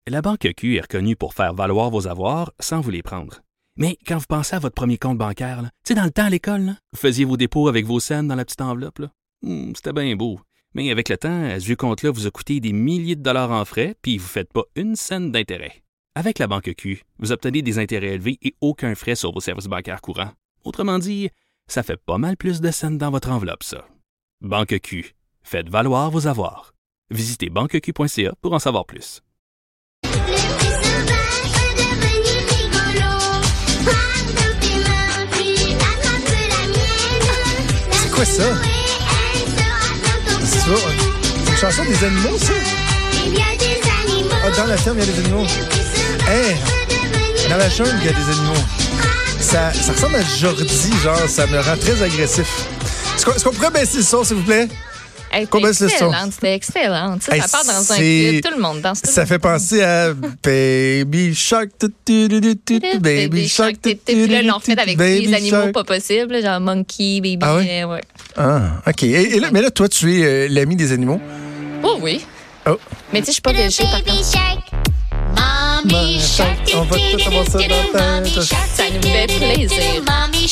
La Banque Q est reconnue pour faire valoir vos avoirs sans vous les prendre. Mais quand vous pensez à votre premier compte bancaire, tu sais, dans le temps à l'école, là, vous faisiez vos dépôts avec vos scènes dans la petite enveloppe. Là. C'était bien beau. Mais avec le temps, ce vieux compte-là vous a coûté des milliers de dollars en frais, puis vous ne faites pas une scène d'intérêt. Avec la Banque Q, vous obtenez des intérêts élevés et aucun frais sur vos services bancaires courants. Autrement dit, ça fait pas mal plus de scènes dans votre enveloppe, ça. Banque Q. Faites valoir vos avoirs. Visitez banqueq.ca pour en savoir plus. C'est quoi ça? C'est une chanson des animaux, ça? Ah, dans la ferme, il y a des animaux. Hey, dans la jungle, il y a des animaux. Ça ressemble à Jordi, genre, ça me rend très agressif. Est-ce qu'on pourrait baisser le son, s'il vous plaît? C'était excellent. Ça part dans un clip, tout le monde danse. Ça fait penser à Baby Shark. Baby Shark. Puis là, on refait avec des animaux pas possibles, genre Monkey, Baby. Ah oui? Ouais. Ah, OK. Et là, mais là, toi, tu es l'ami des animaux? Oh oui. Oh. Mais tu sais, je suis pas végé, par contre. Mommy Shark. On va tout avoir ça dans ta tête. Ça nous fait plaisir.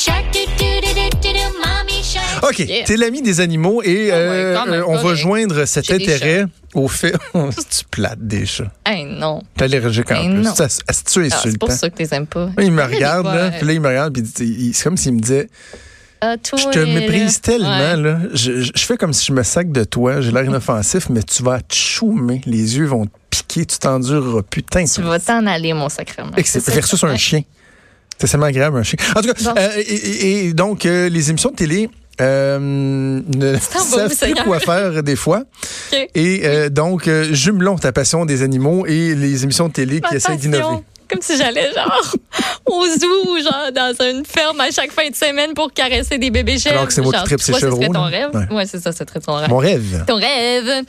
OK, yeah. T'es l'ami des animaux et on va joindre cet intérêt au fait... tu plates des chats. Hey, non. T'es allergique en plus. C'est insultant. C'est pour ça que tu les aimes pas. Il me regarde, là, puis là, il me regarde, puis c'est comme s'il me disait... je te méprise tellement, là. Je fais comme si je me sac de toi. J'ai l'air inoffensif, mais tu vas te choumer. Les yeux vont te piquer. Tu t'endureras. Putain. Tu vas t'en aller, mon sacrement. Versus un chien. C'est tellement agréable, un chien. En tout cas, et donc, les émissions de télé ne savent plus quoi faire des fois. Okay. Et donc, jumelons ta passion des animaux et les émissions de télé qui essaient d'innover. Comme si j'allais genre au zoo, genre dans une ferme à chaque fin de semaine pour caresser des bébés chèvres. Alors que c'est moi qui tripe ces chevaux. Ce serait ton rêve. Ouais, c'est ça, ce serait ton rêve. Mon rêve. Ton rêve.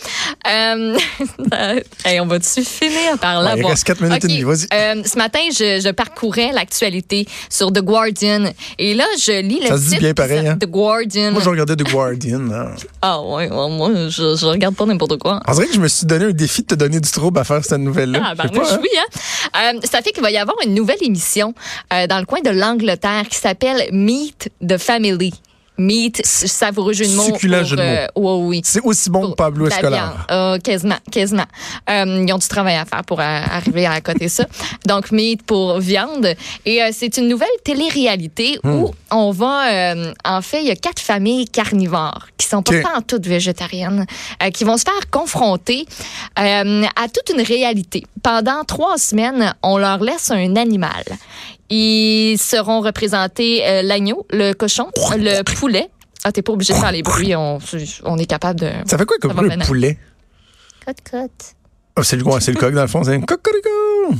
Hey, on va-tu finir par là? Il reste 4 minutes et demie, vas-y. Ce matin, je parcourais l'actualité sur The Guardian. Et là, je lis le titre. Ça se dit bien pareil, hein? The Guardian. Moi, je regardais The Guardian. Hein. Ah ouais, moi, je regarde pas n'importe quoi. On dirait que je me suis donné un défi de te donner du trouble à faire cette nouvelle-là. Ah, ben oui, hein? Ça fait qu'il va y avoir une nouvelle émission dans le coin de l'Angleterre qui s'appelle Meet the Family. Meet, savoureux jeu de mots. Succulent jeu de mots. Oui. C'est aussi bon que Pablo Escolar. Quasiment. Ils ont du travail à faire pour arriver à accoter ça. Donc, Meet pour viande. Et c'est une nouvelle télé-réalité où on va... en fait, il y a 4 familles carnivores qui sont pas en toutes végétariennes, qui vont se faire confronter à toute une réalité. Pendant 3 semaines, on leur laisse un animal. Ils seront représentés l'agneau, le cochon, le poulet. Ah, t'es pas obligé de faire les bruits. On est capable de... Ça fait quoi comme bruit, le poulet? Cote. Oh, c'est le coq, dans le fond. C'est un cocorico.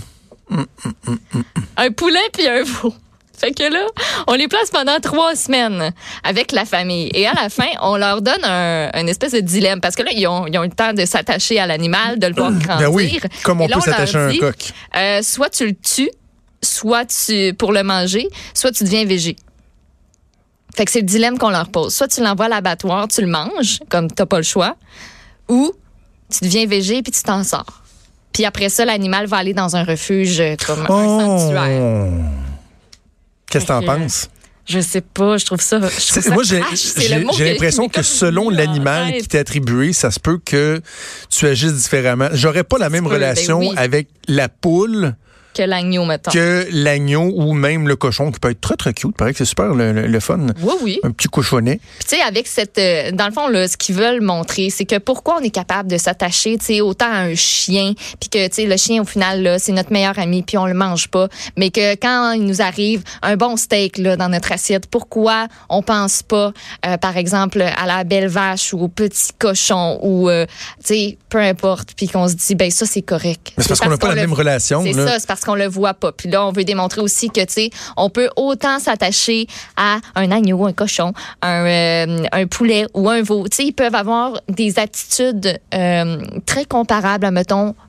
Un poulet puis un veau. Fait que là, on les place pendant 3 semaines avec la famille. Et à la fin, on leur donne un espèce de dilemme. Parce que là, ils ont le temps de s'attacher à l'animal, de le voir grandir. Ben oui, comme on peut s'attacher à un coq. Soit tu le tues, soit pour le manger, soit tu deviens végé. Fait que c'est le dilemme qu'on leur pose. Soit tu l'envoies à l'abattoir, tu le manges, comme t'as pas le choix, ou tu deviens végé puis tu t'en sors. Puis après ça, l'animal va aller dans un refuge comme un sanctuaire. Qu'est-ce que t'en penses? Je sais pas, je trouve ça moi, j'ai l'impression que selon l'animal qui t'est attribué, ça se peut que tu agisses différemment. J'aurais pas la même relation avec la poule que l'agneau, mettons. Que l'agneau ou même le cochon qui peut être très, très cute. Il paraît que c'est super le fun. Oui. Un petit cochonnet. Puis tu sais, avec cette... dans le fond, là, ce qu'ils veulent montrer, c'est que pourquoi on est capable de s'attacher, tu sais, autant à un chien, puis que, tu sais, le chien, au final, là, c'est notre meilleur ami, puis on le mange pas. Mais que quand il nous arrive un bon steak, là, dans notre assiette, pourquoi on pense pas, par exemple, à la belle vache ou au petit cochon ou, tu sais, peu importe, puis qu'on se dit, ben ça, c'est correct. Mais c'est parce qu'on n'a pas la même relation. C'est ça, c'est parce qu'on le voit pas. Puis là, on veut démontrer aussi que, tu sais, on peut autant s'attacher à un agneau, un cochon, un poulet ou un veau. Tu sais, ils peuvent avoir des attitudes très comparables à, mettons,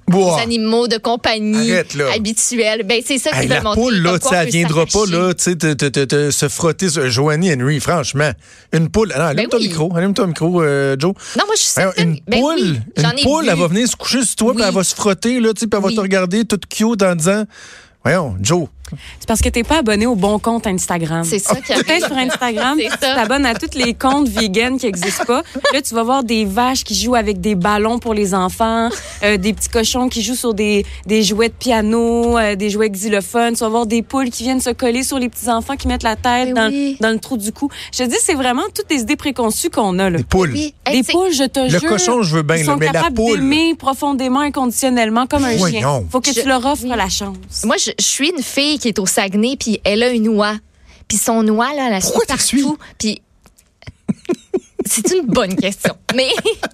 animaux de compagnie habituels. Ben, c'est ça qu'ils veulent montrer. La poule, là, elle viendra pas là, se frotter sur Joanie Henry, franchement. Une poule. Non, allume-toi le micro. Allume-toi le micro, Joe. Non, moi, je suis certaine. Une poule, elle va venir se coucher sur toi, puis elle va se frotter, là, puis elle va te regarder toute cute en disant, voyons, Joe. C'est parce que t'es pas abonné au bon compte Instagram. C'est ça qui arrive. Peut-être sur Instagram, tu t'abonnes à tous les comptes vegan qui n'existent pas. Là, tu vas voir des vaches qui jouent avec des ballons pour les enfants, des petits cochons qui jouent sur des jouets de piano, des jouets xylophones. Tu vas voir des poules qui viennent se coller sur les petits enfants qui mettent la tête dans le trou du cou. Je te dis, c'est vraiment toutes les idées préconçues qu'on a. Là. Des poules. Des poules, je te jure. Le cochon, je veux bien, ils sont mais capables la poule. d'aimer profondément, inconditionnellement, comme un chien. Faut que tu leur offres la chance. Moi, je suis une fille qui est au Saguenay, puis elle a une oie. Puis son oie, là, elle la suit partout. Puis c'est une bonne question. Mais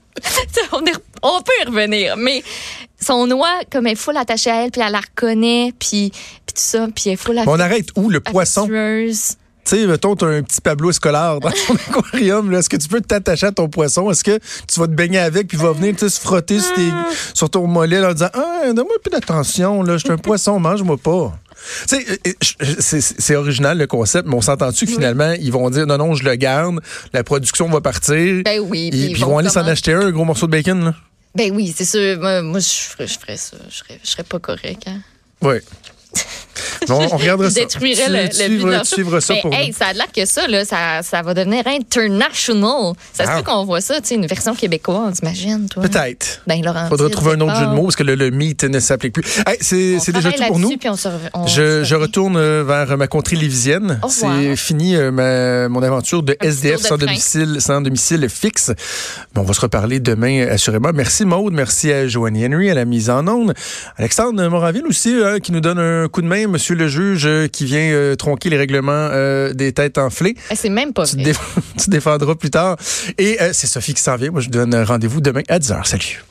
on peut y revenir. Mais son oie, comme elle est full attachée à elle, puis elle la reconnaît, puis tout ça, puis elle est full on arrête où, le poisson? Tu sais, mettons, t'as un petit Pablo Escolar dans ton aquarium. Là. Est-ce que tu peux t'attacher à ton poisson? Est-ce que tu vas te baigner avec puis va venir se frotter sur ton mollet là, en disant « donne-moi un peu d'attention, là, je suis un poisson, mange-moi pas. » C'est original le concept, mais on s'entend-tu que finalement, ils vont dire non, je le garde, la production va partir. Ben oui. Puis ils vont aller s'en acheter un gros morceau de bacon, là. Ben oui, c'est sûr. Moi, je ferais ça. Je serais pas correct, hein. Oui. On regardera ça. Détruirait tu suivras ça pour nous. Ça a l'air que ça va devenir international. Ça se peut qu'on voit ça, tu sais, une version québécoise, imagine, toi. Peut-être. Ben, Laurent. Faudrait trouver un autre jeu de mots parce que le mythe ne s'applique plus. Hey, c'est déjà tout pour nous. Je retourne vers ma contrée lévisienne. C'est fini mon aventure de SDF sans domicile fixe. Mais on va se reparler demain, assurément. Merci Maude, merci à Joanie Henry à la mise en onde. Alexandre Moranville aussi, qui nous donne un coup de main, monsieur le juge, qui vient tronquer les règlements des têtes enflées. C'est même pas vrai. Tu défendras plus tard. Et c'est Sophie qui s'en vient. Moi, je vous donne rendez-vous demain à 10h. Salut.